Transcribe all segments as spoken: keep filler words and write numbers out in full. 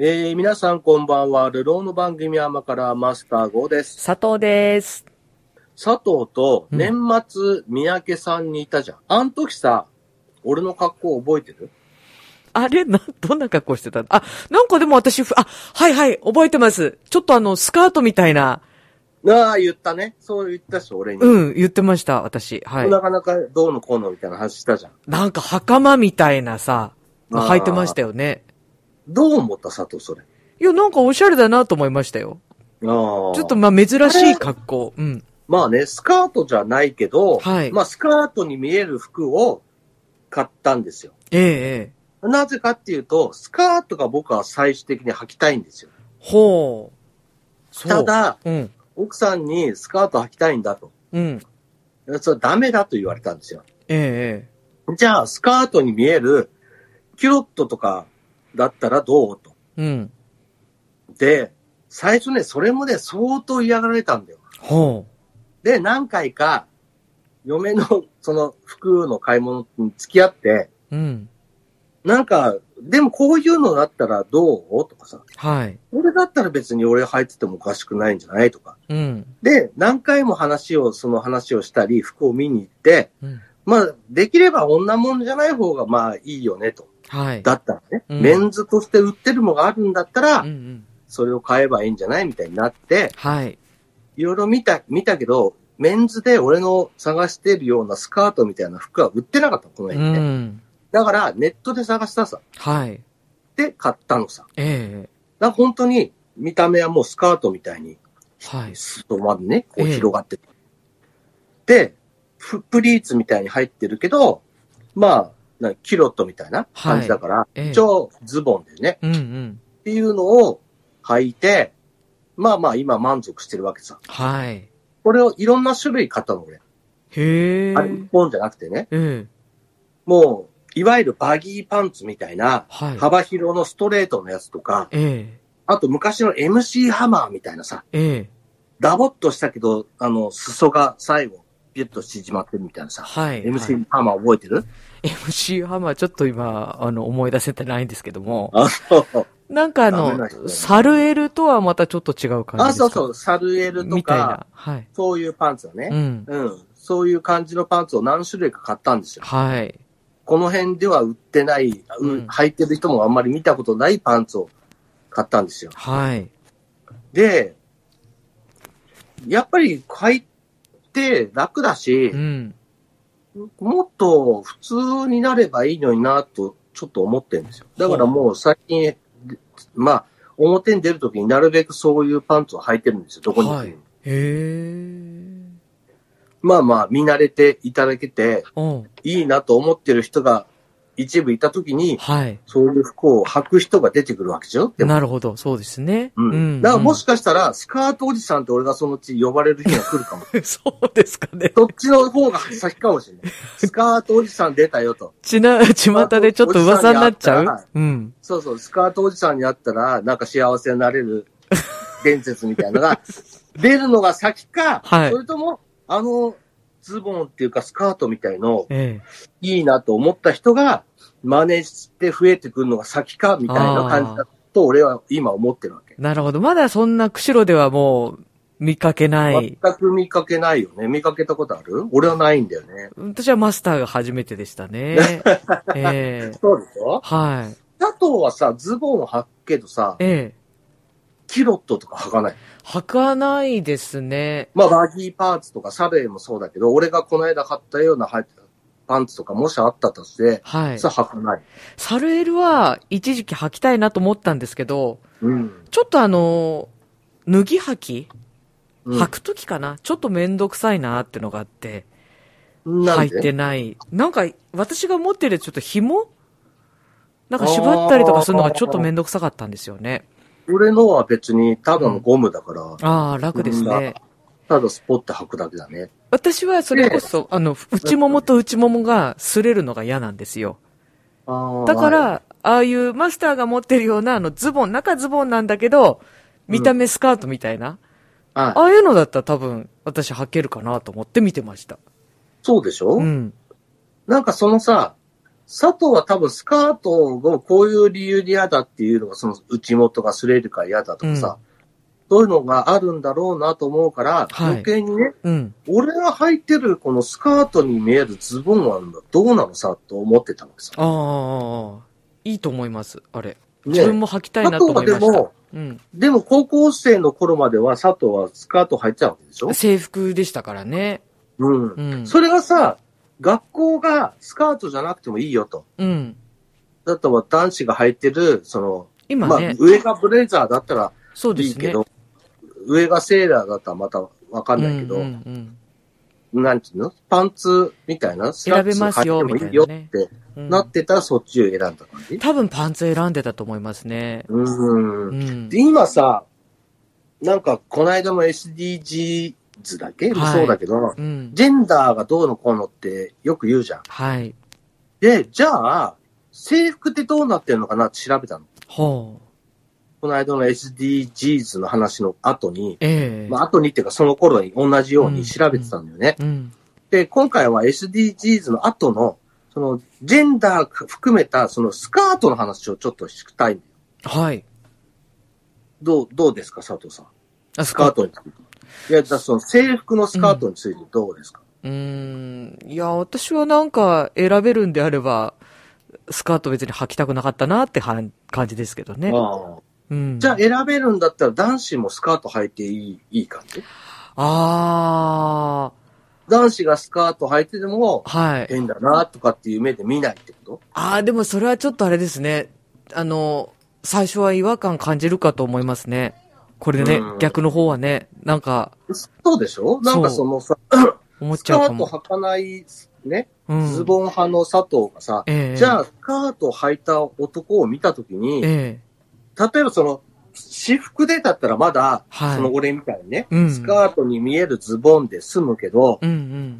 えー、皆さんこんばんは。流浪の番組山からマスターゴーです。 佐藤です。 佐藤と年末三宅さんにいたじゃん。うん、あの時さ、俺の格好覚えてる？ あれな、どんな格好してた？あ、なんかでも私、あ、はいはい、覚えてます。ちょっとあの、スカートみたいな。 ああ、言ったね。そう言ったし、俺に。 うん、言ってました、私。はい。 なかなかどうのこうのみたいな話したじゃん。 なんか履みたいなさ、履いてましたよね。 どう思った佐藤、それ？ いや、なんかおしゃれだなと思いましたよ。ああ。ちょっとまあ珍しい格好。うん。 まあね、スカートじゃないけど、 はい。 まあスカートに見える服を買ったんですよ。 ええ、ええ。なぜかっていうと、スカートが僕は最終的に履きたいんですよ。 ほう。 そう。ただ、 うん、 奥さんにスカート履きたいんだと。 うん。 それダメだと言われたんですよ。 ええ。じゃあ、スカートに見えるキュロットとかだったらどうと。 うん。 で、最初ね、それもね、相当嫌がられたんだよ。 ほう。で、何回か、嫁のその服の買い物に付き合って、 うん。 なんか、でもこういうのだったらどうとかさ。 はい。 俺だったら別に俺履いててもおかしくないんじゃないとか。 うん。 で、何回も話を、その話をしたり、服を見に行って、うん、まあ、できれば女物じゃない方がまあいいよねと。 はい。 だったらね、 うん、 メンズとして売ってるのがあるんだったら、 うんうん、 それを買えばいいんじゃないみたいになって、 はい。 いろいろ見た、見たけど、メンズで俺の探してるようなスカートみたいな服は売ってなかった、この辺ね。うん、だから、ネットで探したさ。 はい。 で、買ったのさ。 ええー。 だから本当に、見た目はもうスカートみたいに、 はい。 裾までね、こう広がってて。えー、で、プリーツみたいに入ってるけど、まあ、キュロットみたいな感じだから、はいえー、一応ズボンでね、 うんうん、 っていうのを履いて、まあまあ今満足してるわけさ。 はい。 これをいろんな種類買ったの俺。 へー。 あれ一本じゃなくてね。 うん。 もう、いわゆるバギーパンツみたいな、 はい、 幅広のストレートのやつとか、 えー、 あと昔の エムシー ハマーみたいなさ、 えー、 ダボっとしたけど、あの、裾が最後、ピュッと縮まってるみたいなさ、 はい、 エムシー ハマー覚えてる？ エムシー ハマーちょっと今、あの、思い出せてないんですけども。 あ、そう。 なんかあの、サルエルとはまたちょっと違う感じですか？ あ、そうそう、サルエルとか、みたいな、はい、そういうパンツだね、うん。うん。そういう感じのパンツを何種類か買ったんですよ。 はい。 この辺では売ってない、うん、履いてる人もあんまり見たことないパンツを買ったんですよ。 はい。 で、やっぱり履いて楽だし、うん、もっと普通になればいいのになとちょっと思ってるんですよ。だからもう最近、まあ、表に出るときになるべくそういうパンツを履いてるんですよ、どこに行くの。はい、へー。 まあまあ、見慣れていただけて、いいなと思ってる人が一部いたときに、はい、そういう服を履く人が出てくるわけでしょ。 なるほど、そうですね。 うん。うん、だからもしかしたら、スカートおじさんって俺がそのうち呼ばれる日が来るかも。 そうですかね。 そっちの方が先かもしれない。スカートおじさん出たよと。 ちな、巷でちょっと噂になっちゃう？ うん。そうそう、スカートおじさんに会ったら、なんか幸せになれる伝説みたいなのが、出るのが先か、はい、それとも、あの、ズボンっていうかスカートみたいの、ええ、いいなと思った人が真似して増えてくるのが先かみたいな感じだと俺は今思ってるわけ。 なるほど。まだそんな釧路ではもう見かけない。 全く見かけないよね。見かけたことある？俺はないんだよね。 私はマスターが初めてでしたね。 ええ、そうでしょ？ はい。 佐藤はさ、ズボンを履くけどさ、ええ、キロットとか履かない？ 履かないですね。 まあ、バギーパンツとかサベイもそうだけど、俺がこの間買ったような入ってたパンツとかもしあったとして、はい。さあ履かない。 サルエルは一時期履きたいなと思ったんですけど、うん。ちょっとあの、脱ぎ履き、うん、履くときかな、ちょっとめんどくさいなってのがあって、履いてない。なんか、私が持ってるちょっと紐なんか縛ったりとかするのがちょっとめんどくさかったんですよね。 俺のは別にただのゴムだから。うん、 ああ、楽ですね。 ただスポッて履くだけだね。 私はそれこそ、あの、内ももと内ももが擦れるのが嫌なんですよ。だから、はい、ああいうマスターが持ってるようなあのズボン、中ズボンなんだけど、見た目スカートみたいな。うん、ああいうのだったら多分私履けるかなと思って見てました。 そうでしょ？うん。なんかそのさ、 佐藤は多分スカートをこういう理由で嫌だっていうのが、その内元が擦れるから嫌だとかさ、うんそういうのがあるんだろうなと思うから、はい、余計にね、うん、俺が履いてるこのスカートに見えるズボンはどうなのさと思ってたわけさ。 ああ、いいと思います、あれ。ね、自分も履きたいなと思いました。 でも、うん、でも高校生の頃までは佐藤はスカート履いてたわけでしょ？ 制服でしたからね。 うん。うん、それがさ、学校がスカートじゃなくてもいいよと。うん。だったら男子が履いてる、その、今ね、まあ、上がブレザーだったらいいけど、上がセーラーだったらまたわかんないけど、うんうんうん、なんていうのパンツみたいなスラックス履いてもいいよってなってたらそっちを選んだ感じ、うん、 多分パンツ選んでたと思いますね。 うん、うん。で、今さ、なんかこの間も エスディージーズ だけ、はい、そうだけど、うん、ジェンダーがどうのこうのってよく言うじゃん。はい。で、じゃあ、制服ってどうなってるのかなって調べたの。ほう。この間の エスディージーズ の話の後に、えー、まあ後にっていうかその頃に同じように調べてたんだよね。うんうん、で、今回は エスディージーズ の後の、そのジェンダー含めたそのスカートの話をちょっとしたいんだよ。はい。どう、どうですか、佐藤さん。あ、スカートについて。いや、だその制服のスカートについてどうですか？ うん、うーんいや、私はなんか選べるんであれば、スカート別に履きたくなかったなって感じですけどね。あうん、じゃあ選べるんだったら男子もスカート履いていい、いい感じ？ああ。男子がスカート履いてても、はい。変だなとかっていう目で見ないってこと？ ああ、でもそれはちょっとあれですね。あの、最初は違和感感じるかと思いますね。これね、うん、逆の方はね、なんか。 そうでしょ？なんかそのさ、思っちゃうかも。スカート履かないね、うん、ズボン派の佐藤がさ、えー、じゃあスカート履いた男を見たときに、えー例えばその、私服でだったらまだ、はい、その俺みたいにね、うん、スカートに見えるズボンで済むけど、うんうん、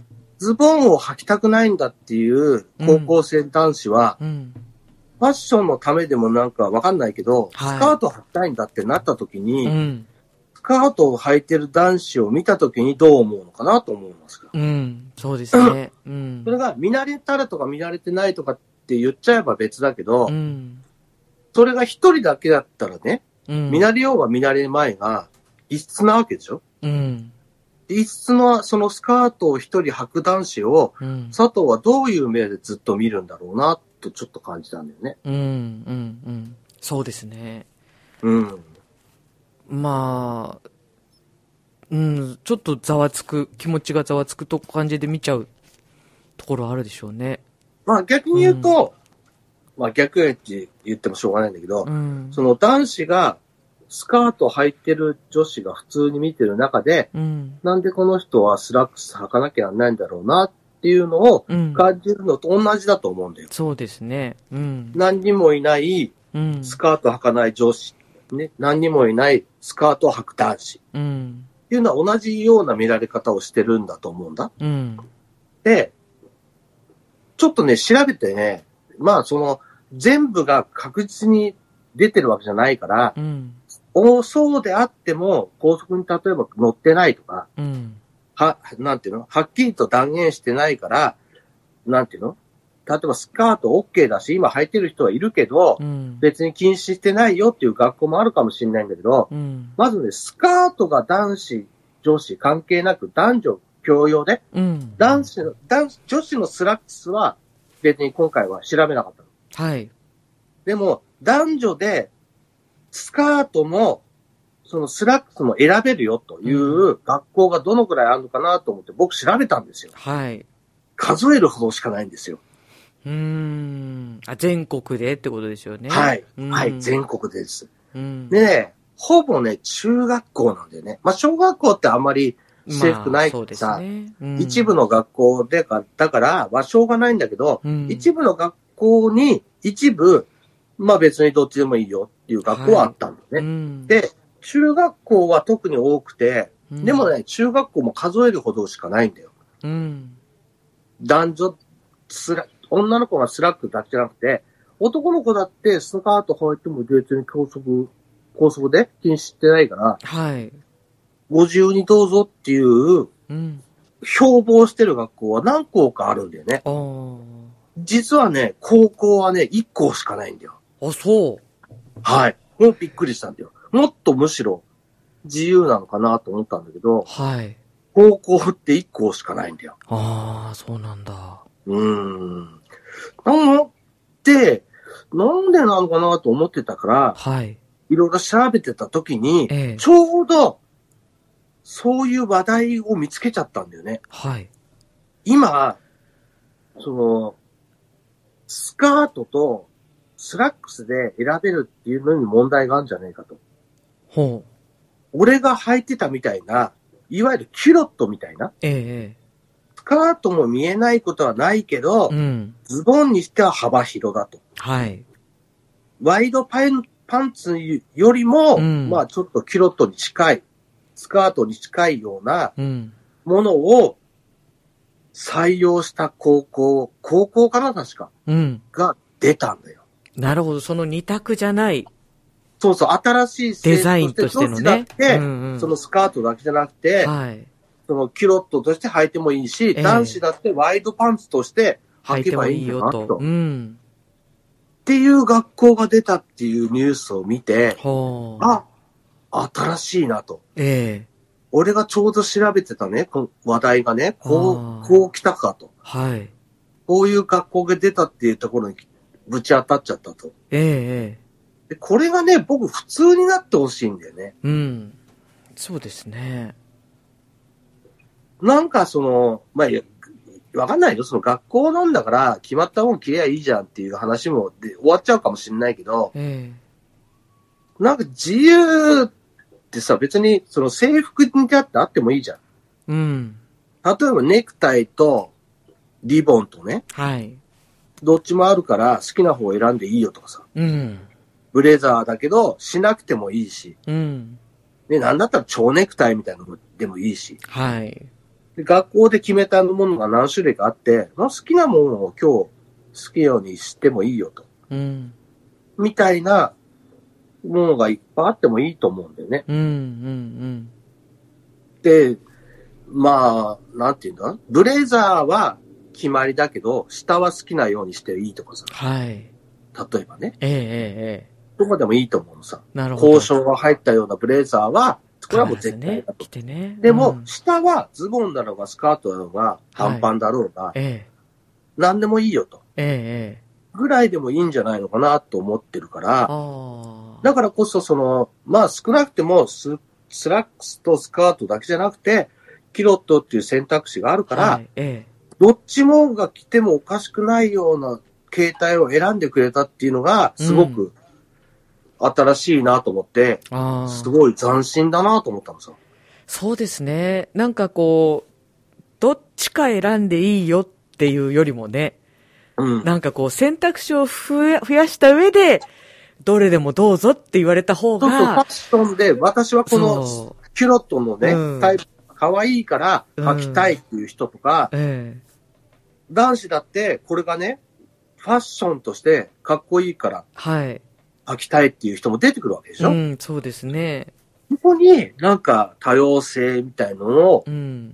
ズボンを履きたくないんだっていう高校生男子は、うんうん、ファッションのためでもなんかわかんないけど、はい、スカート履きたいんだってなった時に、うん、スカートを履いてる男子を見た時にどう思うのかなと思いますけど。 うん、そうですね。 うん、それが見慣れたらとか見慣れてないとかって言っちゃえば別だけど、うんそれが一人だけだったらね、うん、見慣れようが見慣れまいが異質なわけでしょ、うん、異質なそのスカートを一人履く男子を、うん、佐藤はどういう目でずっと見るんだろうなとちょっと感じたんだよね。 うんうんうん。そうですね。うん。まあ、うん、ちょっとざわつく、気持ちがざわつくと感じで見ちゃうところあるでしょうね。 まあ逆に言うと、うんまあ逆やって言ってもしょうがないんだけど、うん、その男子がスカート履いてる女子が普通に見てる中で、うん、なんでこの人はスラックス履かなきゃなんないんだろうなっていうのを感じるのと同じだと思うんだよ。 うん、そうですね。うん、 何にもいないスカート履かない女子、ね、何にもいないスカートを履く男子、うん、っていうのは同じような見られ方をしてるんだと思うんだ。うん、で、ちょっとね、調べてね、まあ、その、全部が確実に出てるわけじゃないから、うん、多そうであっても、高速に例えば乗ってないとか、うん、は、なんていうのはっきりと断言してないから、なんていうの例えばスカート OK だし、今履いてる人はいるけど、うん、別に禁止してないよっていう学校もあるかもしれないんだけど、うん、まずね、スカートが男子、女子関係なく男女共用で、うん、男子の、男子、女子のスラックスは、別に今回は調べなかったの。はい。でも、男女で、スカートも、そのスラックスも選べるよという学校がどのくらいあるのかなと思って僕調べたんですよ。はい。数えるほどしかないんですよ。 うーん。あ、全国でってことですよね。 はい。はい、全国です。うん。でね、ほぼね、中学校なんだよね。まあ、小学校ってあんまり制服ないからさ、まあねうん、一部の学校でか、だから、まあ、しょうがないんだけど、うん、一部の学校に、一部、まあ別にどっちでもいいよっていう学校はあったんだよね。はいうん、で、中学校は特に多くて、うん、でもね、中学校も数えるほどしかないんだよ。うん、男女、スラ、女の子がスラックだけじゃなくて、男の子だってスカート履いても別に高速、高速で禁止してないから、はい。ご自由にどうぞっていう、うん、標榜してる学校は何校かあるんだよね。 実はね、高校はね、いっこうしかないんだよ。 あ、そう。 はい。もうびっくりしたんだよ。もっとむしろ自由なのかなと思ったんだけど、 はい。 高校っていっこうしかないんだよ。 ああ、そうなんだ。 うーん。なので、なんでなのかなと思ってたから、 はい。 いろいろ調べてた時に、 ええ、 ちょうど、そういう話題を見つけちゃったんだよね。 はい。 今、その、スカートとスラックスで選べるっていうのに問題があるんじゃないかと。 ほう。 俺が履いてたみたいな、いわゆるキュロットみたいな。 ええ、 スカートも見えないことはないけど、 うん。 ズボンにしては幅広だと。 はい。 ワイドパンパンツよりも、うん、まあちょっとキュロットに近い、スカートに近いようなものを採用した高校、高校かな確か、うん、が出たんだよ。 なるほど、その二択じゃない。 そうそう、新しいデザインとしてのね。 うんうん、そのスカートだけじゃなくて、はい、そのキュロットとして履いてもいいし、えー、男子だってワイドパンツとして履けばいいんだなと。履いてもいいよと。うん。っていう学校が出たっていうニュースを見て、あ、新しいなと。ええ。俺がちょうど調べてたね、この話題がね、こう、こう来たかと。はい。こういう学校が出たっていうところにぶち当たっちゃったと。ええ。で、これがね、僕普通になってほしいんだよね。 うん。そうですね。 なんかその、まあ、わかんないよ。その学校なんだから、決まったもん着りゃいいじゃんっていう話もで終わっちゃうかもしれないけど、えー、なんか自由ってさ、別にその制服にだってあってもいいじゃん。うん。例えばネクタイとリボンとね、はい。どっちもあるから好きな方を選んでいいよとかさ。うん。ブレザーだけど、しなくてもいいし。うん。で、なんだったら蝶ネクタイみたいなのでもいいし。はい。で学校で決めたものが何種類かあって、まあ、好きなものを今日好きようにしてもいいよと。うん。みたいなものがいっぱいあってもいいと思うんだよね。うんうんうん。で、まあ、なんていうんだ？ブレザーは決まりだけど、下は好きなようにしていいとかさ。はい。例えばね。ええええ。どこでもいいと思うのさ。なるほど。交渉が入ったようなブレザーは、これはもう絶対だと。着てね。でも、うん、下はズボンだろうがスカートだろうが、短パンだろうが、はい、ええ、何でもいいよと。ええ、ぐらいでもいいんじゃないのかなと思ってるから、だからこそその、まあ少なくてもス、スラックスとスカートだけじゃなくて、キロットっていう選択肢があるから、はい、ええ、どっちもが着てもおかしくないような形態を選んでくれたっていうのが、すごく、うん新しいなと思って、すごい斬新だなと思ったのさ。 そうですね。なんかこう、どっちか選んでいいよっていうよりもね、うん、なんかこう選択肢を増や、増やした上で、どれでもどうぞって言われた方が。 そうそう、ファッションで、私はこのキュロットのね、うん、タイプ、可愛いから履きたいっていう人とか、うんえー、男子だってこれがね、ファッションとしてかっこいいから、はい。履きたいっていう人も出てくるわけでしょ。 うん、そうですね。 ここになんか多様性みたいのを、うん、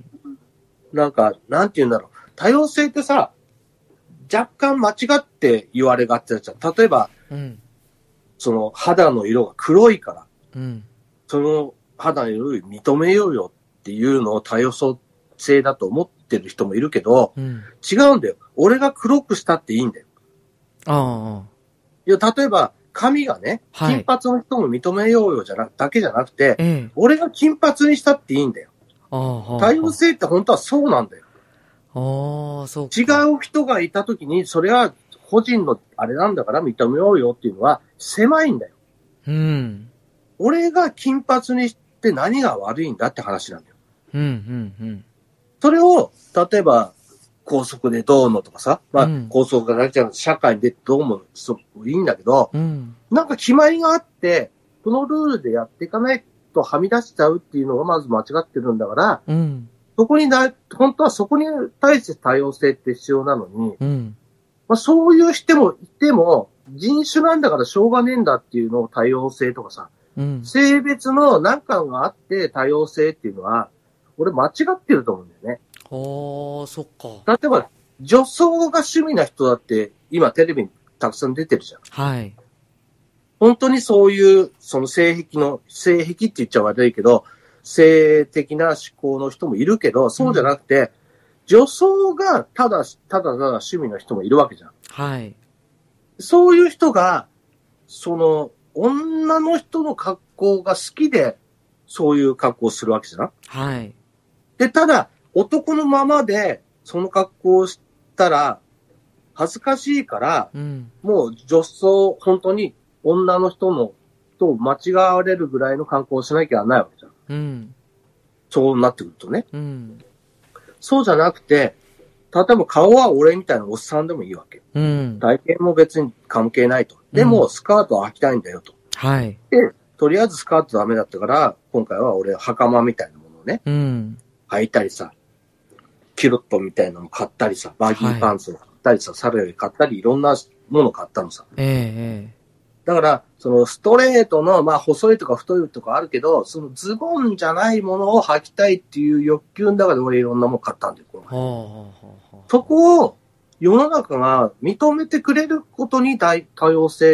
なんか、なんて言うんだろう。多様性ってさ、若干間違って言われがちだじゃん。例えば、うん、その肌の色が黒いから、うん、その肌の色を認めようよっていうのを多様性だと思ってる人もいるけど、うん、違うんだよ。俺が黒くしたっていいんだよ。ああ。いや、例えば、髪がね、金髪の人も認めようよじゃな、だけじゃなくて、ええ、俺が金髪にしたっていいんだよ。あ多様性って本当はそうなんだよ。あそう違う人がいたときに、それは個人のあれなんだから認めようよっていうのは狭いんだよ。うん。俺が金髪にして何が悪いんだって話なんだよ。うんうんうん。それを、例えば、高速でどうのとかさ、まあ、うん、高速がなくちゃ社会でどうもいいんだけど、うん、なんか決まりがあって、このルールでやっていかないとはみ出しちゃうっていうのがまず間違ってるんだから、うん、そこにな、本当はそこに対して多様性って必要なのに、うんまあ、そういう人もいても、人種なんだからしょうがねえんだっていうのを多様性とかさ、うん、性別の何かがあって多様性っていうのは、俺間違ってると思うんだよね。 ああ、そっか。 例えば、 女装が趣味な人だって、今テレビにたくさん出てるじゃん。 はい。 本当にそういう、その性癖の、性癖って言っちゃ悪いけど、性的な思考の人もいるけど、そうじゃなくて、うん、女装がただ、ただただ趣味の人もいるわけじゃん。 はい。 そういう人が、その、女の人の格好が好きで、そういう格好をするわけじゃん。 はい。 で、ただ、男のままで、その格好をしたら、恥ずかしいから、うん、もう女装、本当に女の人の、と間違われるぐらいの格好をしなきゃないわけじゃん。うん。そうなってくるとね。うん。そうじゃなくて、例えば顔は俺みたいなおっさんでもいいわけ。うん。体型も別に関係ないと。でも、スカートは履きたいんだよと。 はい。 で、とりあえずスカートダメだったから、今回は俺、袴みたいなものをね、うん。履いたりさ、キュロットみたいなの買ったりさ、バーギーパンツを買ったりさ、はい、サルより買ったり、いろんなもの買ったのさ。ええー。だから、そのストレートの、まあ細いとか太いとかあるけど、そのズボンじゃないものを履きたいっていう欲求の中で俺いろんなもの買ったんだよ、この前。そこを世の中が認めてくれることに多様性って、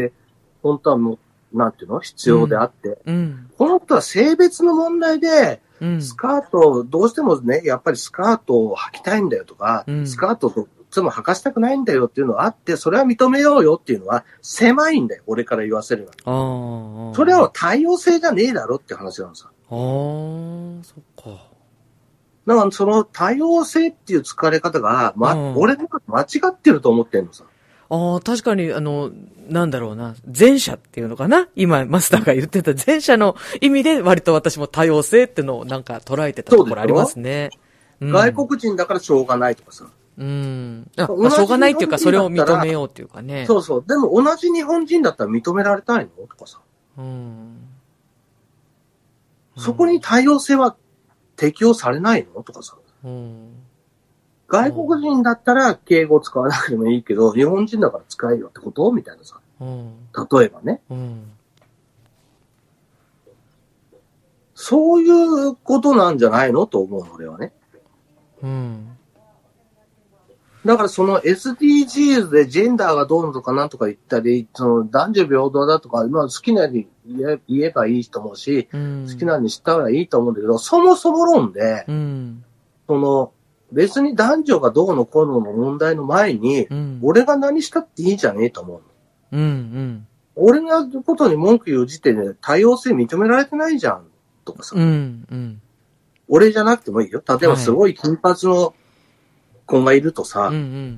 本当はもう、なんていうの必要であって、うんうん、本当は性別の問題で、スカート、どうしてもね、やっぱりスカートを履きたいんだよとか、うん、スカートとつも履かしたくないんだよっていうのがあって、それは認めようよっていうのは狭いんだよ、俺から言わせれば。あそれは多様性じゃねえだろって話なのさ。 ああ、そっか。 だからその多様性っていう疲れ方が、ま、俺の間違ってると思ってんのさ。 ああ、確かに、あの、なんだろうな、前者っていうのかな今、マスターが言ってた前者の意味で割と私も多様性っていうのをなんか捉えてたところありますね。 うん、外国人だからしょうがないとかさ。 うん。あ、まあ、しょうがないっていうか、それを認めようっていうかね。 そうそう。でも同じ日本人だったら認められたいのとかさ。うん。そこに多様性は適用されないのとかさ。うん。外国人だったら敬語を使わなくてもいいけど、日本人だから使えよってことみたいなさ。うん、例えばね、うん。そういうことなんじゃないのと思うの、俺はね。うん。だからその エスディージーズ でジェンダーがどうのとかなんとか言ったり、その男女平等だとか、まあ好きなように言えばいいと思うし、うん、好きなようにしたらいいと思うんだけど、そもそも論で、うん、その、別に男女がどうのこうのの問題の前に、うん、俺が何したっていいじゃねえと思うの。うんうん、俺がことに文句言う時点で多様性認められてないじゃん、とかさ、うんうん。俺じゃなくてもいいよ。例えばすごい金髪の子がいるとさ、はいうんうん、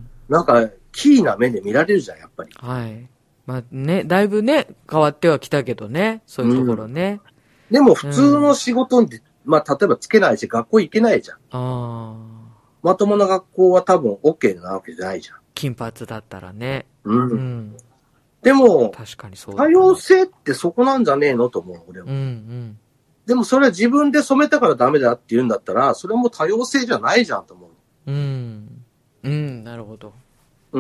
なんかキーな目で見られるじゃん、やっぱり。 はい。まあね、だいぶね、変わってはきたけどね、そういうところね。 うん、でも普通の仕事に、うん、まあ例えばつけないし、学校行けないじゃん。あまともな学校は多分 OK なわけじゃないじゃん。 金髪だったらね。うん。うん、 でも、 確かにそうだ、 ね、多様性ってそこなんじゃねえのと思う、俺は。うんうん。でもそれは自分で染めたからダメだって言うんだったら、それも多様性じゃないじゃんと思う。 うん。うん、なるほど。 うん。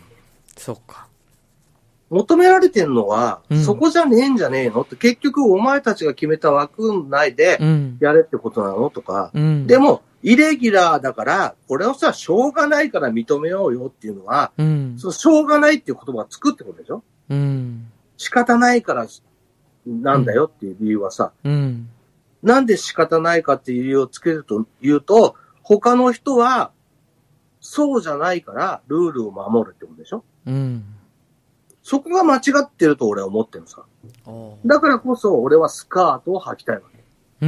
そっか。 求められてんのは、うん、そこじゃねえんじゃねえのって、結局お前たちが決めた枠内でやれってことなのとか、うん、でも、イレギュラーだから、これをさ、しょうがないから認めようよっていうのは、うん、そのしょうがないっていう言葉を作ってことでしょ、うん、仕方ないからなんだよっていう理由はさ、うん、なんで仕方ないかっていう理由をつけると言うと、他の人は、そうじゃないからルールを守るってことでしょ、うん、そこが間違ってると俺は思ってるのさ。だからこそ俺はスカートを履きたいわけ。うん。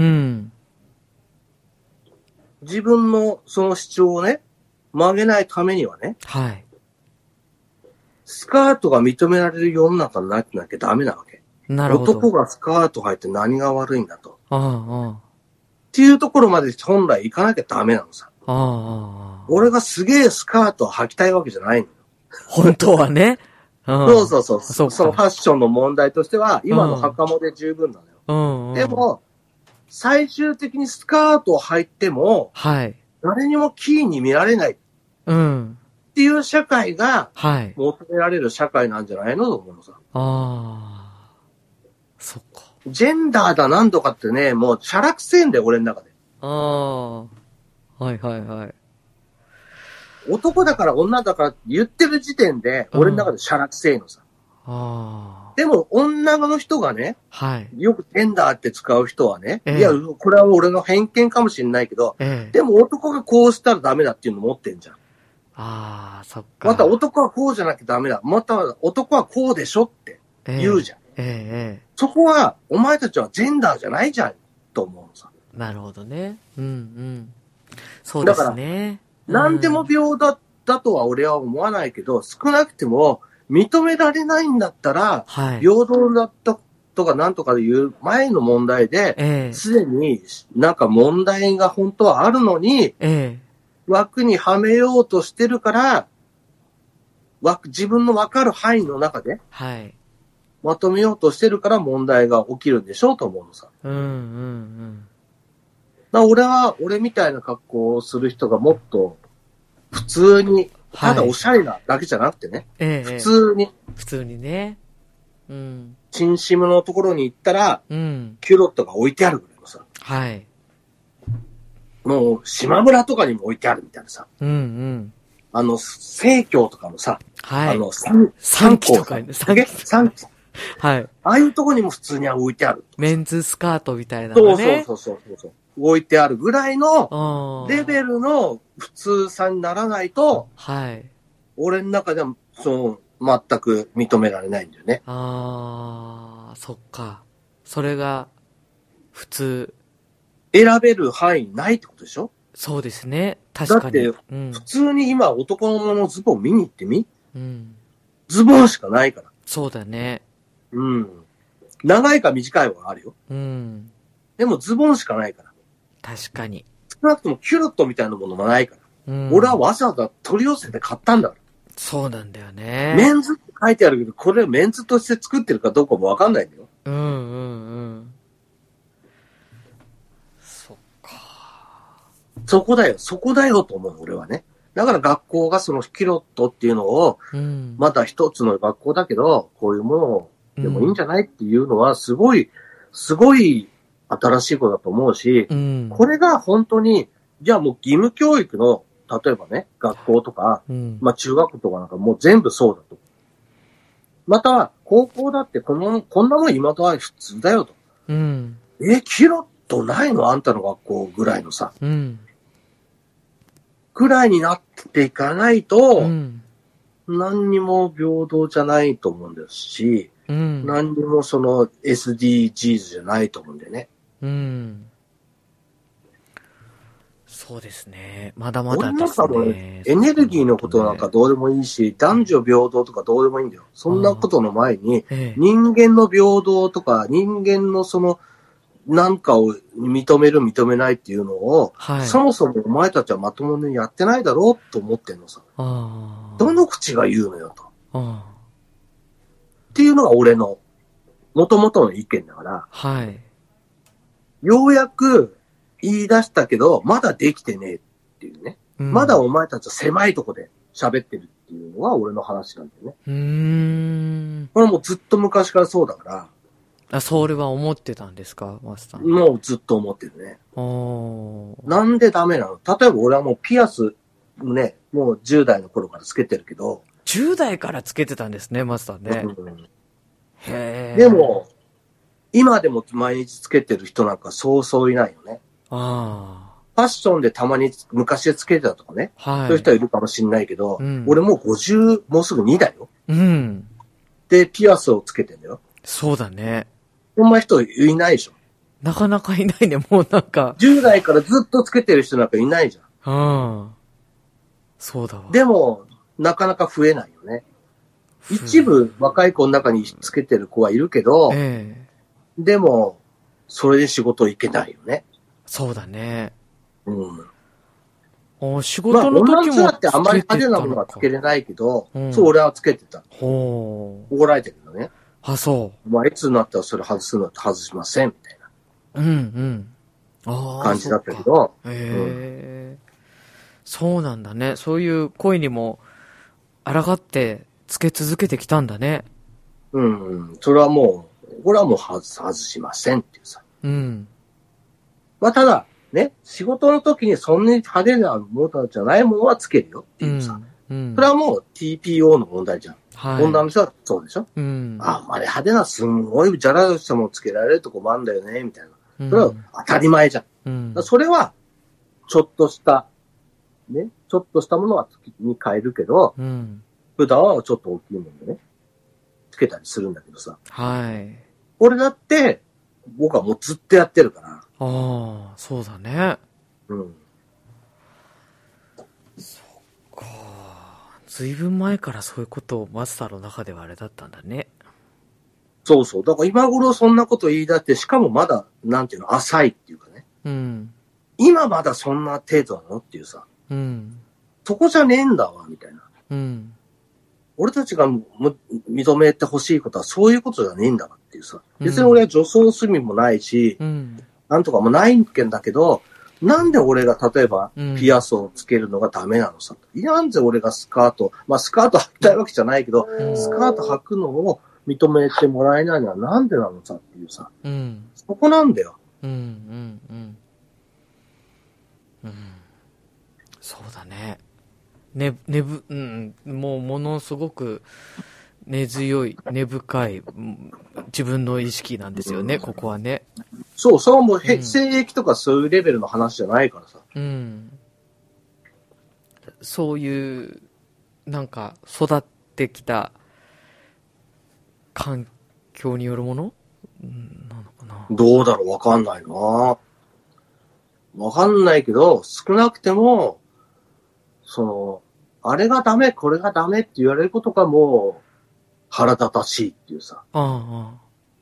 自分のその主張をね、曲げないためにはね。はい。スカートが認められる世の中になってなきゃダメなわけ。なるほど。男がスカート履いて何が悪いんだと。ああああっていうところまで本来行かなきゃダメなのさ。ああああ俺がすげえスカートを履きたいわけじゃないのよ。 本当はね。うん、 そうそうそう。そ, そのファッションの問題としては、今の袴で十分なのよ。うんうん、でも、最終的にスカートを履いても、はい、誰にもキーに見られない。うん、っていう社会が、求められる社会なんじゃないのと思うのさ。 ああ。そっか。 ジェンダーだなんとかってね、もう、しゃらくせえんだよ、俺の中で。 ああ。はいはいはい。 男だから女だから言ってる時点で、俺の中でシャラくせえのさ。 うん、あでも、女の人がね、 はい。 よくテンダーって使う人はね、 ええ、 いや、これは俺の偏見かもしれないけど、ええ、でも男がこうしたらダメだっていうの持ってんじゃん。 ああ、そっか。 また男はこうじゃなきゃダメだ。また男はこうでしょって言うじゃん。ええええ、そこは、お前たちはジェンダーじゃないじゃん、と思うのさ。 なるほどね。うんうん。そうですね。 だから、何でも平等だとは俺は思わないけど、少なくても認められないんだったら、はい、平等だったとかなんとかで言う前の問題で、すで、ええ、になんか問題が本当はあるのに、ええ、枠にはめようとしてるから、枠、自分の分かる範囲の中で、はい、まとめようとしてるから問題が起きるんでしょうと思うのさ。うんうんうん。だ俺は、俺みたいな格好をする人がもっと普通に、ただおしゃれなだけじゃなくてね、はい、普通に、 普通にね。うん。 チンシムのところに行ったら、うん、キュロットが置いてあるぐらいのさ。はい。もう、島村とかにも置いてあるみたいなさ。うんうん。あの、生協とかのさ、はい。あの、三、 三期とかね。三期。 三期。はい。ああいうとこにも普通に置いてある。 メンズスカートみたいなのね。 そうそうそうそう。置いてあるぐらいのレベルの普通さにならないと、はい。俺の中では、そう、全く認められないんだよね。 ああ、そっか。それが、普通。 選べる範囲ないってことでしょ？ そうですね。確かに。 だって、うん、普通に今男のものズボン見に行ってみ？うん。ズボンしかないから。 そうだね。 うん。長いか短いはあるよ。うん。でもズボンしかないから。 確かに。 少なくともキュロットみたいなものもないから。うん。俺はわざわざ取り寄せて買ったんだから。 そうなんだよね。 メンズって書いてあるけど、これメンズとして作ってるかどうかもわかんないんだよ。 うんうんうん。そっか。 そこだよ、そこだよと思う、俺はね。だから学校がそのキュロットっていうのを、うん、また一つの学校だけど、こういうものをでもいいんじゃないっていうのは、すごい、すごい新しいことだと思うし、うん、これが本当に、じゃあもう義務教育の、例えばね、学校とか、うん、まあ中学校とかなんかもう全部そうだと。または、高校だってこの、こんなもん今とは普通だよと。うん、え、キュロットないのあんたの学校ぐらいのさ。うん、くらいになっていかないと、うん、何にも平等じゃないと思うんですし、うん、何にもその エスディージーズ じゃないと思うんだよね。うん。 そうですね。まだまだですね。 エネルギーのことなんかどうでもいいし、男女平等とかどうでもいいんだよ。そんなことの前に、人間の平等とか、人間のその、なんかを認める認めないっていうのを、はい、そもそもお前たちはまともにやってないだろうと思ってんのさ。どの口が言うのよと。っていうのが俺の元々の意見だから、はい、ようやく言い出したけど、まだできてねえっていうね。うん、まだお前たちは狭いとこで喋ってるっていうのが俺の話なんだよね。うーん。これもうずっと昔からそうだから。 あ、それは思ってたんですか、マスター。 もうずっと思ってるね。なんでダメなの？例えば俺はもうピアス、ね、もうじゅう代の頃からつけてるけど。 じゅう代からつけてたんですね、マスターね。うん、 へー。でも、今でも毎日つけてる人なんかそうそういないよね。ああ。ファッションでたまに昔つけてたとかね。はい。そういう人はいるかもしれないけど、うん、俺もうごじゅう、もうすぐにだよ。うん。で、ピアスをつけてんだよ。 そうだね。 そんな人いないでしょ。 なかなかいないね、もうなんか。 じゅう代からずっとつけてる人なんかいないじゃん。うん。 そうだわ。 でも、なかなか増えないよね。一部若い子の中につけてる子はいるけど、ええ、でも、それで仕事行けないよね。 そうだね。うん。お仕事の時も、 まあ、女の人だってあんまり派手なものはつけれないけど、うん、そう俺はつけてた。ほう。怒られてるのね。 あ、そう。 まあ、いつになったらそれ外すのって外しません、みたいな。うんうん。ああ。感じだったけど。へえ、 うん。そうなんだね。そういう声にも、抗ってつけ続けてきたんだね。 うん。それはもう、これはもう外、外しませんっていうさ。うん。まあ、ただ、 ね、仕事の時にそんなに派手なものじゃないものはつけるよっていうさ。うんうん、それはもう ティーピーオー の問題じゃん。はい、女の人はそうでしょ、うん、あ、あまり派手なすんごいじゃらしたものつけられるとこもあるんだよね、みたいな。それは当たり前じゃん。うん、それは、ちょっとした、ね、ちょっとしたものは月に変えるけど、うん、普段はちょっと大きいものでね、つけたりするんだけどさ。はい。これだって、僕はもうずっとやってるから。ああ、そうだね。うん。そっか。ずいぶん前からそういうことをマスターの中ではあれだったんだね。 そうそう。だから今頃そんなこと言い出って、しかもまだ、なんていうの、浅いっていうかね。うん。今まだそんな程度なのっていうさ。うん。そこじゃねえんだわ、みたいな。うん。俺たちが認めてほしいことはそういうことじゃねえんだわっていうさ。別に俺は女装すみもないし、うん、なんとかもないんだけど、なんで俺が例えばピアスをつけるのがダメなのさ。うん、なんで俺がスカート、まあスカート履きたいわけじゃないけど、うん、スカート履くのを認めてもらえないのはなんでなのさっていうさ。うん、そこなんだよ。うんうんうんうん、そうだね。ね、ねぶ、うん、もうものすごく根強い、根深い自分の意識なんですよね、うん、ここはね。 そう、そうもう、うん、性癖とかそういうレベルの話じゃないからさ。うん。 そういう、なんか、育ってきた環境によるもの、うん、なのかな。 どうだろう、わかんないな。わかんないけど、少なくても、その、あれがダメ、これがダメって言われることがもう、腹立たしいっていうさ。あ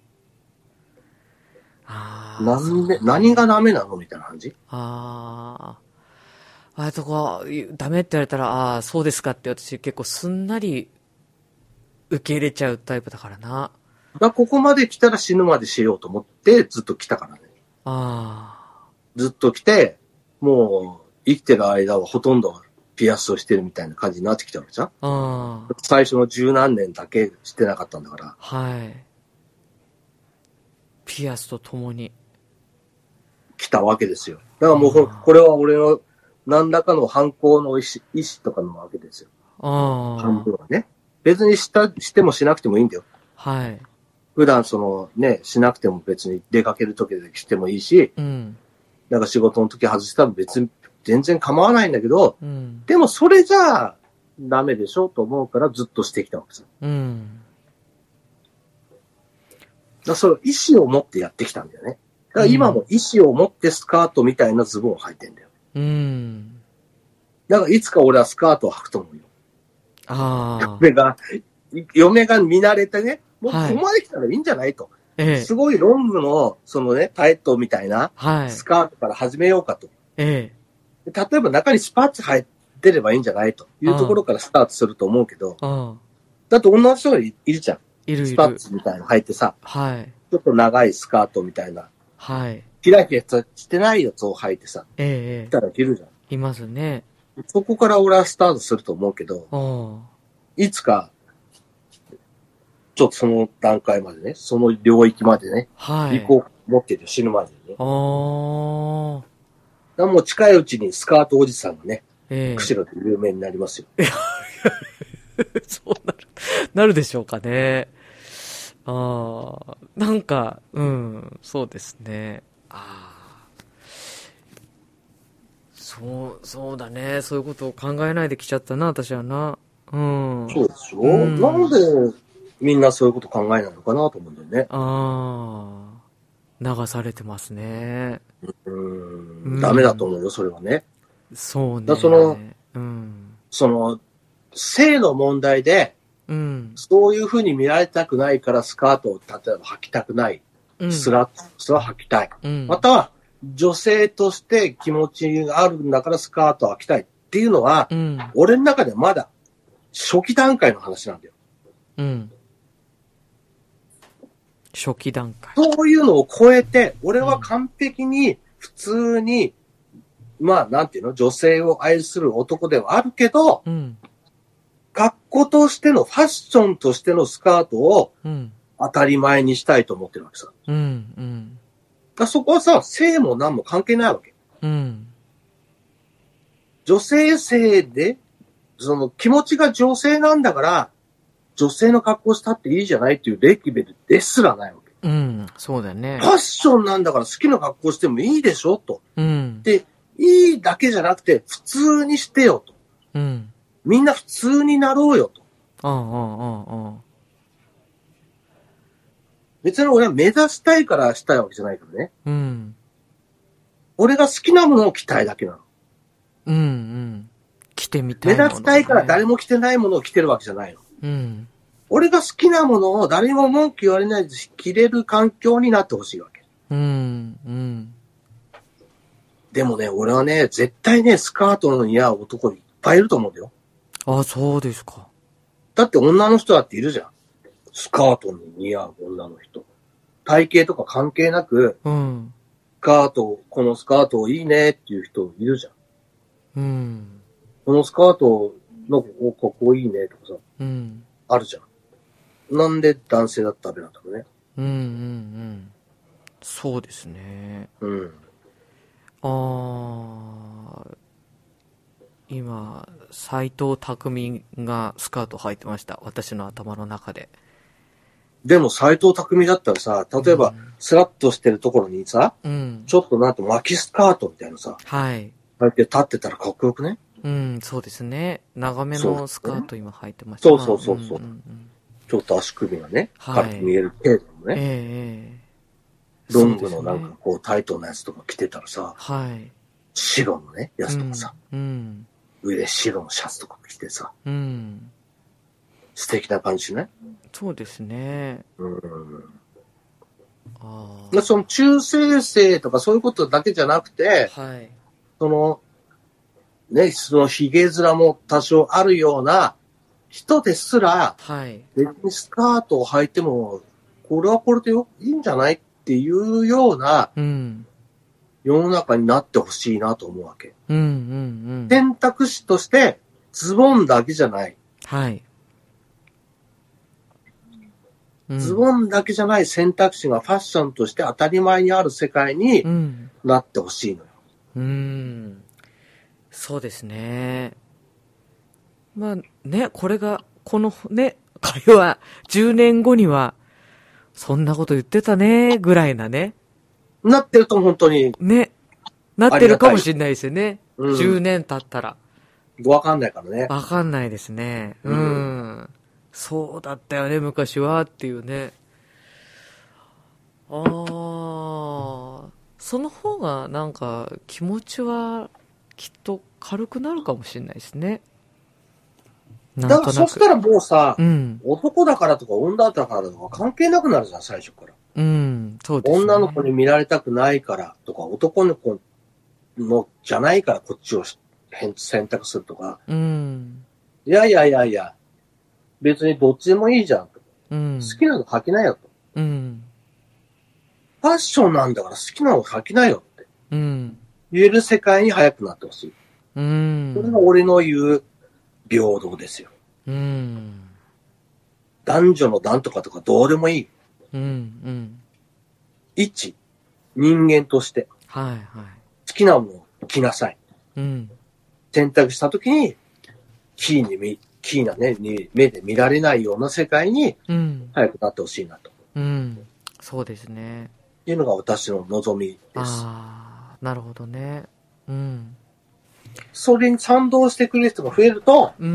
あ。ああ。なんで、何がダメなのみたいな感じ。 ああ。あれとか、ダメって言われたら、ああ、そうですかって私結構すんなり受け入れちゃうタイプだからな。 だここまで来たら死ぬまでしようと思ってずっと来たからね。ああ。ずっと来て、もう生きてる間はほとんどピアスをしてるみたいな感じになってきたわけじゃん。ああ。最初の十何年だけしてなかったんだから。はい。 ピアスと共に。 来たわけですよ。だからもうこれは俺の何らかの反抗の意思、意思とかのわけですよ。ああ。半分はね。別にした、してもしなくてもいいんだよ。はい。普段そのね、しなくても別に出かける時でしてもいいし、うん。なんか仕事の時外したら別に全然構わないんだけど、うん、でもそれじゃあダメでしょと思うからずっとしてきたわけです。うん。だそれ意思を持ってやってきたんだよね。だから今も意思を持ってスカートみたいなズボンを履いてんだよ。うん。だからいつか俺はスカートを履くと思うよ。ああ。嫁が、嫁が見慣れてね、もうここまで来たらいいんじゃないと。はい、すごいロングの、そのね、タイトみたいなスカートから始めようかと。ええ、例えば中にスパッツ入ってればいいんじゃないというところからスタートすると思うけど、だって女の人がいるじゃん。いるいる。スパッツみたいなの履いてさ、はい、ちょっと長いスカートみたいな、はい、キラキラしてないやつを履いてさ、ええ、来たらいるじゃん。 いますね。 そこから俺はスタートすると思うけど、いつか、ちょっとその段階までね、その領域までね、はい、行こう思ってるよ、死ぬまでにね。ああ。だもう近いうちにスカートおじさんがね、えー、釧路で有名になりますよ。 そうなる、なるでしょうかね。ああ、なんか、うん、そうですね。ああ。そう、そうだね。そういうことを考えないできちゃったな、私はな。うん。 そうでしょ、うん、なんで、みんなそういうこと考えないのかなと思うんだよね。 ああ。流されてますね。 うーん。ダメだと思うよ、それはね。 そうね。 だその、うん、その、性の問題で、うん、そういうふうに見られたくないからスカートを例えば履きたくない。うん、スラッツは履きたい。うん、または、女性として気持ちがあるんだからスカートを履きたいっていうのは、うん、俺の中ではまだ初期段階の話なんだよ。うん。 初期段階。 そういうのを超えて、俺は完璧に普通に、うん、まあなんていうの、女性を愛する男ではあるけど、うん、格好としてのファッションとしてのスカートを当たり前にしたいと思ってるわけさ。うんうん、だそこはさ、性も何も関係ないわけ。 うん。 女性性で、その気持ちが女性なんだから、女性の格好したっていいじゃないっていうレベルですらないわけ。 うん、そうだよね。 ファッションなんだから好きな格好してもいいでしょと。 うん。 で、いいだけじゃなくて普通にしてよと。 うん。 みんな普通になろうよと。 ああ、ああ、ああ。 別に俺は目指したいからしたいわけじゃないからね。 うん。 俺が好きなものを着たいだけなの。 うんうん。着てみたいもの、ね。 目立ちたいから誰も着てないものを着てるわけじゃないの。 うん。 俺が好きなものを誰にも文句言われないで着れる環境になってほしいわけ。 うん。うん。 でもね、俺はね、絶対ね、スカートの似合う男いっぱいいると思うんだよ。 あ、そうですか。 だって女の人だっているじゃん。スカートに似合う女の人。体型とか関係なく、 うん。 スカート、このスカートいいねっていう人いるじゃん。 うん。 このスカートのここ、ここいいねとかさ。 うん。 あるじゃん。なんで男性だったらダメなんだろうね。 うんうんうん。そうですね。 うん。 あー、今、斎藤匠がスカート履いてました。私の頭の中で。 でも斎藤匠だったらさ、例えば、スラッとしてるところにさ、 うん、 ちょっとなんと巻きスカートみたいなさ、 はい。 履いて立ってたらかっこよくね？ うん、そうですね。長めのスカート今履いてました。 そうそうそうそう、 んんん。 ちょっと足首がね、 はい、 軽く見える程度のね。 ええー、ロングのなんかこうタイトなやつとか着てたらさ、 はい。 白のね、やつとかさ、 うん、 上で白のシャツとか着てさ、 うん、 素敵な感じね。 そうですね。 うん。 ああ。その中性性とかそういうことだけじゃなくて、 はい。 その、ね、その髭面も多少あるような人ですら、 はい。 別にスカートを履いても、これはこれでよいいんじゃないっていうような、世の中になってほしいなと思うわけ。 うんうんうん。 選択肢として、ズボンだけじゃない。 はい。 うん、ズボンだけじゃない選択肢がファッションとして当たり前にある世界になってほしいのよ。 うん。うんそうですね。まあね、これが、このね、これはじゅうねんごには、そんなこと言ってたね、ぐらいなね。 なってると本当に。 ね。なってるかもしれないですよね。うん、じゅうねん経ったら。 わかんないからね。 わかんないですね。うん。うん、そうだったよね、昔は、っていうね。ああ、その方がなんか気持ちはきっと軽くなるかもしれないですね。 だからそしたらもうさ、 うん、 男だからとか女だからとか関係なくなるじゃん、最初から。 うん、そうですね。 女の子に見られたくないからとか、男の子のじゃないからこっちを選択するとか。 うん、 いやいやいやいや、別にどっちでもいいじゃんと。うん、好きなの履きなよと。うん、ファッションなんだから好きなの履きなよって。うん、言える世界に早くなってほしい。うん、それが俺の言う平等ですよ。うん、男女のなんとかとかどうでもいい。うんうん、一、人間として、はいはい、好きなものを着なさい。うん、選択したときに、キーに見、キーなね、に目で見られないような世界に、早くなってほしいなと、うん。うん。 そうですね。 っていうのが私の望みです。 ああ、なるほどね。うん。 それに賛同してくれる人が増えると、うん、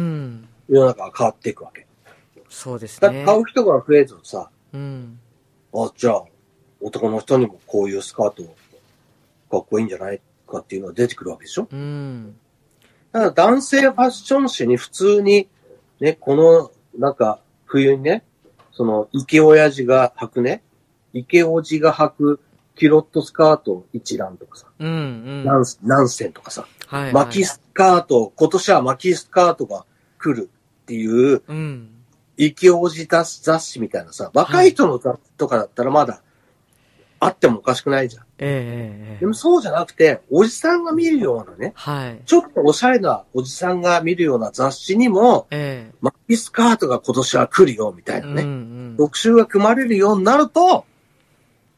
世の中が変わっていくわけ。 そうですね。 だって買う人が増えるとさ、うん、あ、じゃあ、男の人にもこういうスカートかっこいいんじゃないかっていうのが出てくるわけでしょ。うん。だから男性ファッション誌に普通に、ね、この、なんか、冬にね、その、池親父が履くね、池おじが履くキロットスカート一覧とかさ、うんうん、ナン、ナンセンとかさ、はいはい、巻きスカート、今年は巻きスカートが来るっていう、うん、池おじ雑誌みたいなさ、若い人の雑誌とかだったらまだ、あってもおかしくないじゃん。ええー、でもそうじゃなくて、おじさんが見るようなね、はい、ちょっとおしゃれなおじさんが見るような雑誌にも、えー、巻きスカートが今年は来るよみたいなね、うんうん、特集が組まれるようになると、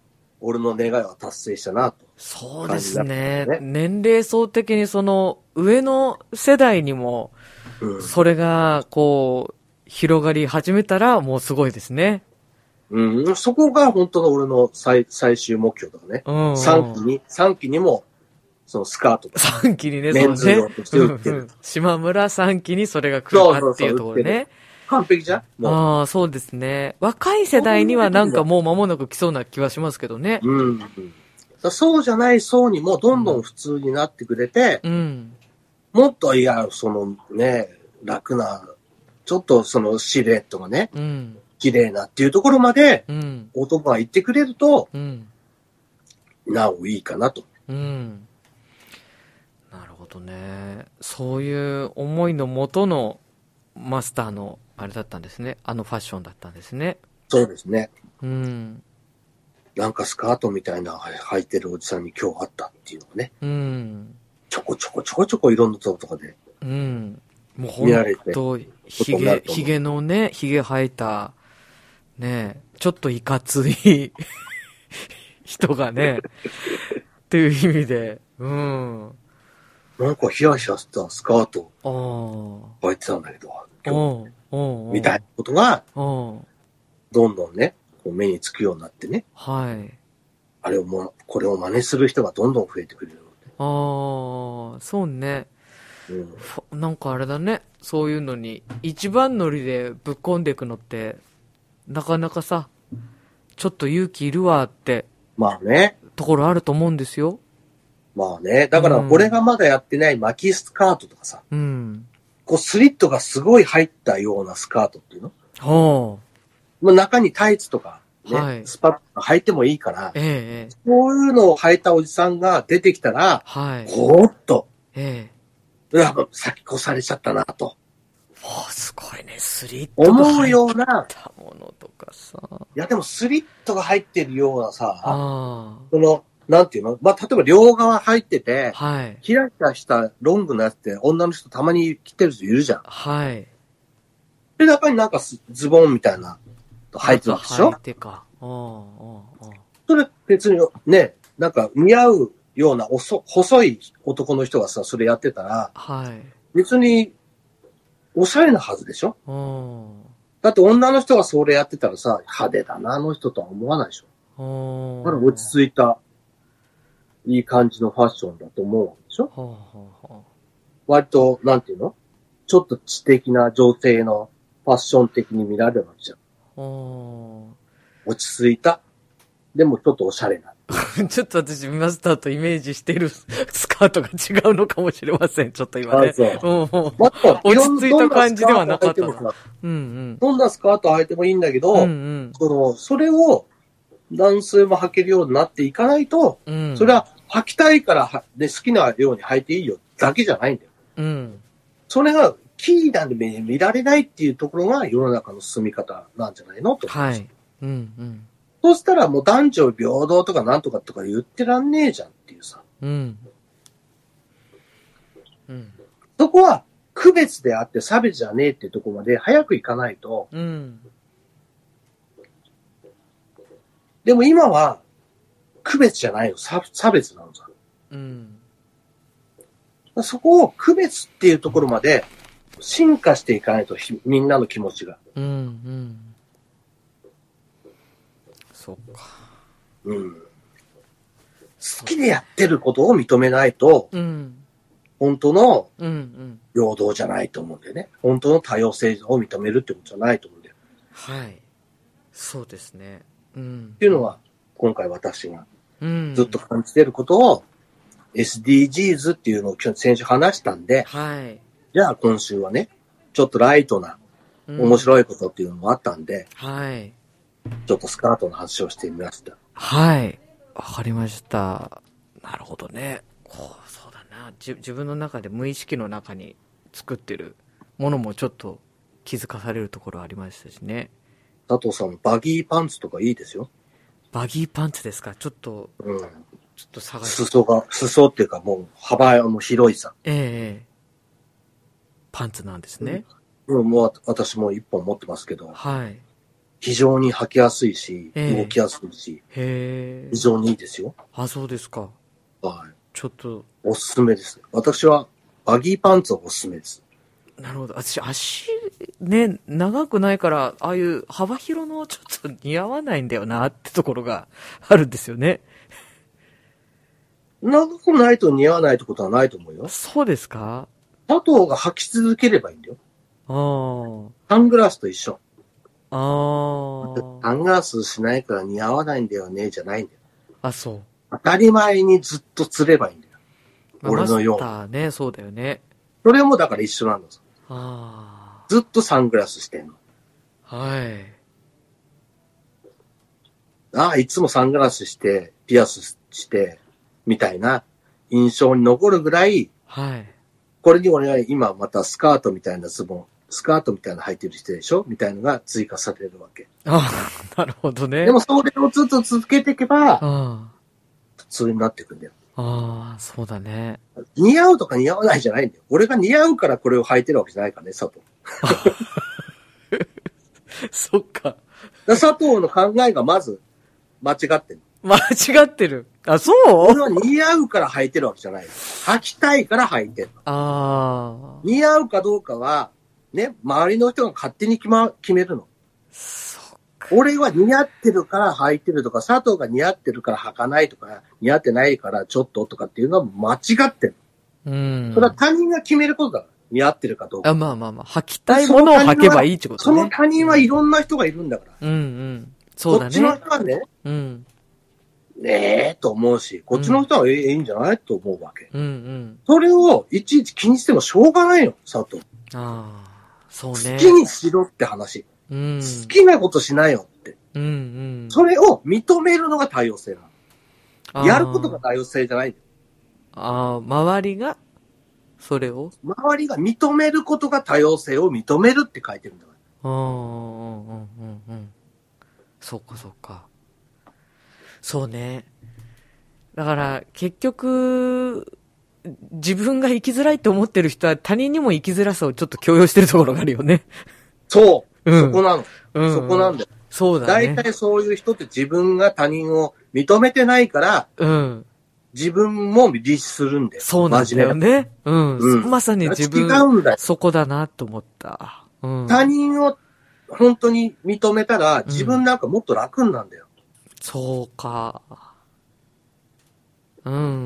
俺の願いは達成したなと。 そうですね。年齢層的にその上の世代にも、それがこう、広がり始めたらもうすごいですね。 うん、そこが本当の俺の最最終目標だね。うんうん、さんきに、さんきにも、そのスカートとか。 さんきにね、 メンズ用として売ってる。 うんうん、島村さんきにそれが来るかっていうところね。そうそうそう完璧じゃんああ、そうですね。若い世代にはなんかもう間もなく来そうな気はしますけどね。 うん、うん。そうじゃない層にもどんどん普通になってくれて、うん、もっといや、そのね、楽な、ちょっとそのシルエットがね、うん、綺麗なっていうところまで、うん、男が言ってくれると、うん、なおいいかなと。うん。 なるほどね。そういう思いのもとのマスターのあれだったんですね。あのファッションだったんですね。 そうですね。うん。なんかスカートみたいな履いてるおじさんに今日会ったっていうのがね。うん。ちょこちょこちょこちょこいろんなとことかで。うん。もうほんと、ひげ、ひげのね、ひげ生えた、ね、ちょっといかつい人がね、っていう意味で、うん。なんかヒヤヒヤしたスカート履いてたんだけど、今日みたいなことが、どんどんね、こう目につくようになってね。はい。あれをも、これを真似する人がどんどん増えてくるよ。ああ、そうね。うん、なんかあれだね。そういうのに、一番乗りでぶっ込んでいくのって、なかなかさ、ちょっと勇気いるわって。まあね。ところあると思うんですよ。まあね。だから、俺がまだやってない巻きスカートとかさ。うん。こう、スリットがすごい入ったようなスカートっていうの。はあ。まあ、中にタイツとか、ね。はい、スパッとか履いてもいいから。ええ。そういうのを履いたおじさんが出てきたら、はい。おーっと。ええ。うわ、先越されちゃったなと。わあ、すごいね。スリットが入ったものとかさ。いや、でもスリットが入ってるようなさ、あその、なんていうのまあ、例えば両側入ってて、はい。キラキラしたロングのやつって女の人たまに着てる人いるじゃん。はい。で、中になんかズボンみたいな、入ってるでしょ入ってか。ああ、ああ。それ別にね、なんか似合うようなおそ細い男の人がさ、それやってたら、はい。別に、おしゃれなはずでしょだって女の人がそれやってたらさ、派手だな、あの人とは思わないでしょだから落ち着いた、いい感じのファッションだと思うわけでしょはあはあ、割と、なんていうのちょっと知的な女性のファッション的に見られるわけじゃん。落ち着いた。でもちょっとおしゃれな。ちょっと私、マスターとイメージしてるスカートが違うのかもしれません。ちょっと今ね。そう。うん、また、落ち着いた感じではなかった。うんうん。どんなスカート履いてもいいんだけど、うんうん、その、それを男性も履けるようになっていかないと、うん、それは履きたいからは、ね、好きなように履いていいよだけじゃないんだよ。うん。それが、キーなんで見られないっていうところが世の中の進み方なんじゃないのと思います。はい。うんうん。そうしたらもう男女平等とかなんとかとか言ってらんねえじゃんっていうさ。うん。うん。そこは区別であって差別じゃねえっていうところまで早く行かないと。うん。でも今は区別じゃないよ。差, 差別なのさ。うん。そこを区別っていうところまで進化していかないとみんなの気持ちが。うんうん。そうか。うん。好きでやってることを認めないと、うん、本当の平等じゃないと思うんだよね。本当の多様性を認めるってことじゃないと思うんだよ。はい。そうですね。うん。っていうのは、今回私がずっと感じていることを、エスディージーズ っていうのを先週話したんで、はい。じゃあ今週はね、ちょっとライトな面白いことっていうのもあったんで、うん、はい。ちょっとスカートの話をしてみました。はい。わかりました。なるほどね。こう、そうだな。じ自分の中で無意識の中に作ってるものもちょっと気づかされるところありましたしね。佐藤さん、バギーパンツとかいいですよ。バギーパンツですかちょっと、うん。ちょっと探して。裾が、裾っていうかもう幅も広いさ。ええー。パンツなんですね。うん、もう私も一本持ってますけど。はい。 非常に履きやすいし、動きやすいし、 へ非常にいいですよ。 あ、そうですか。 はい。 ちょっと。 おすすめです。私は、バギーパンツをおすすめです。 なるほど。私、足、ね、長くないから、ああいう幅広のちょっと似合わないんだよなってところがあるんですよね。 長くないと似合わないってことはないと思うよ。 そうですか？ 佐藤が履き続ければいいんだよ。 ああ。 サングラスと一緒。 ああ。 サングラスしないから似合わないんだよね、じゃないんだよ。 あ、そう。 当たり前にずっと釣ればいいんだよ。まあ、俺のように。 マスターね、そうだよね。 それもだから一緒なんだぞ。 ああ。 ずっとサングラスしてんの。 はい。 ああ、いつもサングラスして、ピアスして、みたいな印象に残るぐらい、 はい。これに俺は今またスカートみたいなズボン、スカートみたいなの履いてる人でしょみたいなのが追加されるわけ。 ああ、なるほどね。 でもそれをずっと続けていけば、 ああ、 普通になっていくんだよ。 ああ、そうだね。 似合うとか似合わないじゃないんだよ。俺が似合うからこれを履いてるわけじゃないからね、佐藤。 そっか。 佐藤の考えがまず間違ってる。 間違ってる。あ、そう？ 俺は似合うから履いてるわけじゃない。履きたいから履いてる。 ああ。 似合うかどうかは、ね、周りの人が勝手に決ま、決めるの。 そっか。 俺は似合ってるから履いてるとか、佐藤が似合ってるから履かないとか、似合ってないからちょっととかっていうのは間違ってる。 うん。 それは他人が決めることだから。似合ってるかどうか。 あ、まあまあまあ。履きたいものを履けばいいってことね。 その他人はいろんな人がいるんだから。 うんうん。そうだね。 こっちの人はね、 うん。 ねえと思うし、こっちの人はええ、うん、いいんじゃないと思うわけ。 うんうん。 それをいちいち気にしてもしょうがないよ、佐藤。 ああ、そうね。 好きにしろって話。うん、好きなことしないよって。うんうん。それを認めるのが多様性なの。やることが多様性じゃないんだよ。 ああ、周りがそれを周りが認めることが多様性を認めるって書いてるんだから。 うんうんうんうんうん。そうかそうか。そうね。だから結局自分が生きづらいと思ってる人は他人にも生きづらさをちょっと強要してるところがあるよね。 そう、うん、そこなの、うん、そこなんだよ。 そうだね。 大体そういう人って自分が他人を認めてないから、 うん、 自分も律するんだよ。 そうなんだよね。うん、うん、まさに自分違うんだよ。 そこだなと思った。 うん、他人を本当に認めたら自分なんかもっと楽になるんだよ。うん、 そうか。うんうんうん。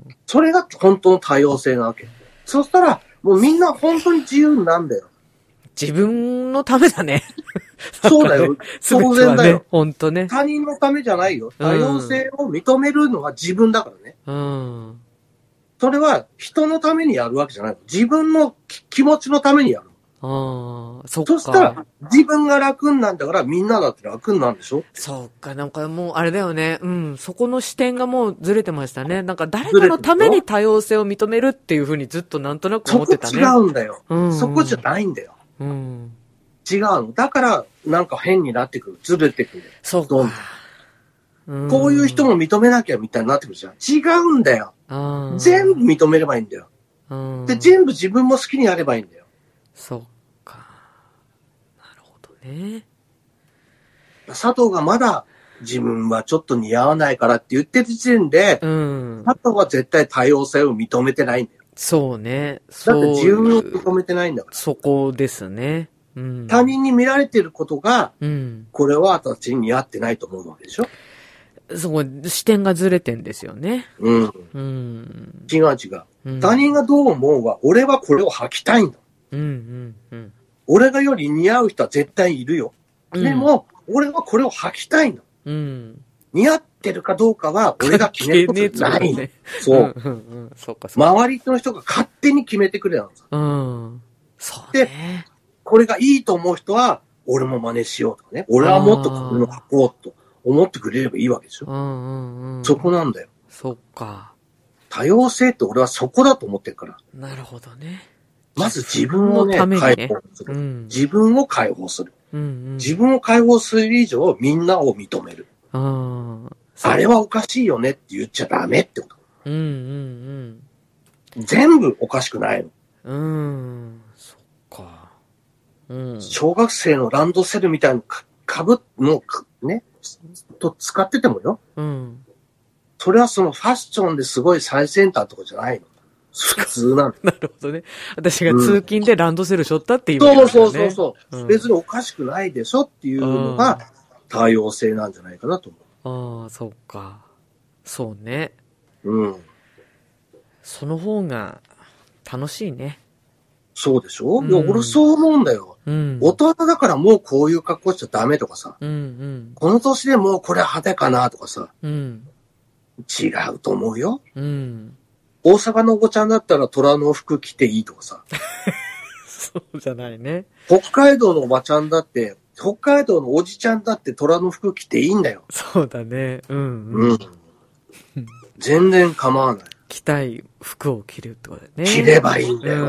それが本当の多様性なわけ。そしたら、もうみんな本当に自由になるんだよ。 自分のためだね。 そうだよ。当然だよ。 本当ね。 他人のためじゃないよ。多様性を認めるのは自分だからね。 うん。 それは人のためにやるわけじゃない。自分の気持ちのためにやる。 ああ、そっか。 そしたら、自分が楽になるんだから、みんなだって楽になるんでしょ？ そうか、なんかもう、あれだよね。うん、そこの視点がもうずれてましたね。なんか誰かのために多様性を認めるっていうふうにずっとなんとなく思ってたね。 そこ違うんだよ。うんうん、そこじゃないんだよ。うん、違うの。だから、なんか変になってくる。ずれてくる。 そうか。 うん、こういう人も認めなきゃみたいになってくるじゃん。違うんだよ。全部認めればいいんだよ。で、全部自分も好きにやればいいんだよ。 そうか。なるほどね。 佐藤がまだ自分はちょっと似合わないからって言ってる時点で、うん、佐藤は絶対多様性を認めてないんだよ。 そうね。 だって自分を認めてないんだから。 そこですね。 うん、他人に見られてることが、うん、これは私に似合ってないと思うわけでしょ？ そこ、視点がずれてんですよね。 うん。うん、違う違う、うん。他人がどう思うは、俺はこれを履きたいんだ。うんうんうん。俺がより似合う人は絶対いるよ。うん、でも、俺はこれを履きたいんだ。うん。似合ってるかどうかは、俺が決めることじゃない。ね、そう。うんうんうん、そうかそうか。周りの人が勝手に決めてくれたんです。うん。そうね。で、これがいいと思う人は、俺も真似しようとかね。俺はもっとこれを履こうと思ってくれればいいわけでしょ。うんうんうん。そこなんだよ。 そっか。 多様性って俺はそこだと思ってるから。 なるほどね。 まず自分をね、ね解放する、うん。自分を解放する、うんうん。自分を解放する以上、みんなを認める。あ, あれはおかしいよねって言っちゃダメってこと。うんうんうん。全部おかしくないの。うん。そっか。うん。小学生のランドセルみたいな書かぶ、もう、ね、と使っててもよ。 うん。 それはそのファッションですごい最先端とかじゃないの。普通なの。 なるほどね。私が通勤でランドセル背負ったっていう意味ですよね。そうそうそうそう、うん。別におかしくないでしょっていうのが多様性なんじゃないかなと思う。ああ、そっか。そうね。 うん。 その方が楽しいね。 そうでしょ、うん、いや、俺そう思うんだよ、うん。大人だからもうこういう格好しちゃダメとかさ。 うんうん、 この年でもうこれ派手かなとかさ。 うん、 違うと思うよ。 うん、 大阪のお子ちゃんだったら虎の服着ていいとかさ。 そうじゃないね。 北海道のおばちゃんだって、北海道のおじちゃんだって虎の服着ていいんだよ。 そうだね。うん、うん。うん、 全然構わない。 着たい服を着るってことだよね。 着ればいいんだよ。 うん。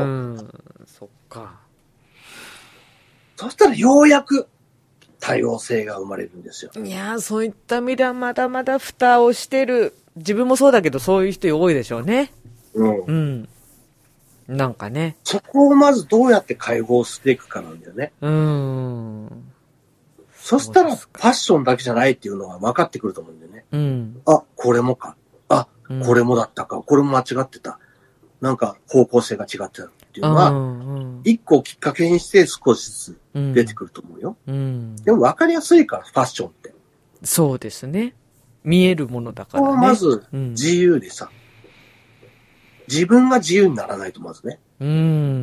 そっか。 そしたらようやく多様性が生まれるんですよ。 いやー、そういった意味ではまだまだ蓋をしてる。自分もそうだけど、そういう人多いでしょうね。 うん。 うん。なんかね。 そこをまずどうやって解放していくかなんだよね。 うーん。 そしたら、ファッションだけじゃないっていうのが分かってくると思うんだよね。 うん。 あ、これもか。あ、これもだったか。これも間違ってた。なんか方向性が違ってたっていうのは、一個きっかけにして少しずつ出てくると思うよ。 うん。 でも分かりやすいから、ファッションって。 そうですね。見えるものだからね。 まず、自由でさ、うん、自分が自由にならないとまずね。 うん。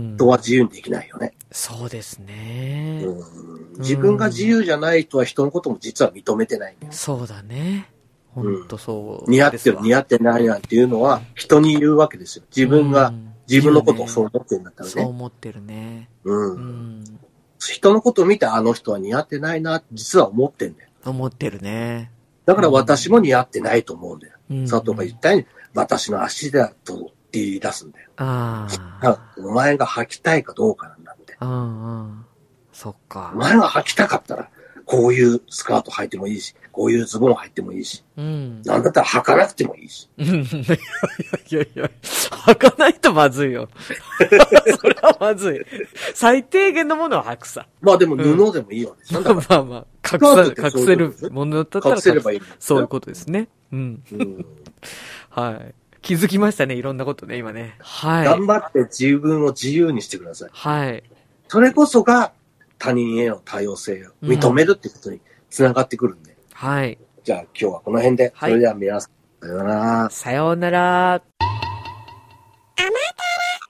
人は自由にできないよね。 そうですね。 うん。自分が自由じゃない人は人のことも実は認めてないんだよ。 そうだね。本当そう、 うん。似合ってる似合ってないなんていうのは人に言うわけですよ。自分が自分のことをそう思ってるんだったらね。 そう思ってるね。 うん。うん、人のことを見てあの人は似合ってないなって実は思ってんだよ。 思ってるね。 だから私も似合ってないと思うんだよ。うん、佐藤が言ったように私の足だと言い出すんだよ。 ああ。 お前が履きたいかどうかなんだって。 ああ。そっか。 お前が履きたかったらこういうスカート履いてもいいし、こういうズボン履いてもいいし、うん、なんだったら履かなくてもいいし。いやいやいや、履かないとまずいよ。それはまずい。最低限のものは履くさ。 まあでも布でもいいわけですよ、うん、 まあまあ、隠さ、隠せるものだったら隠せればいい。 そういうことですね。うん。うん、はい。気づきましたね、いろんなことね、今ね。はい。 頑張って自分を自由にしてください。 はい。 それこそが他人への多様性を認めるってことにつながってくるんで。 はい。 じゃあ今日はこの辺で。はい、それでは皆さん、さようなら。 さようなら。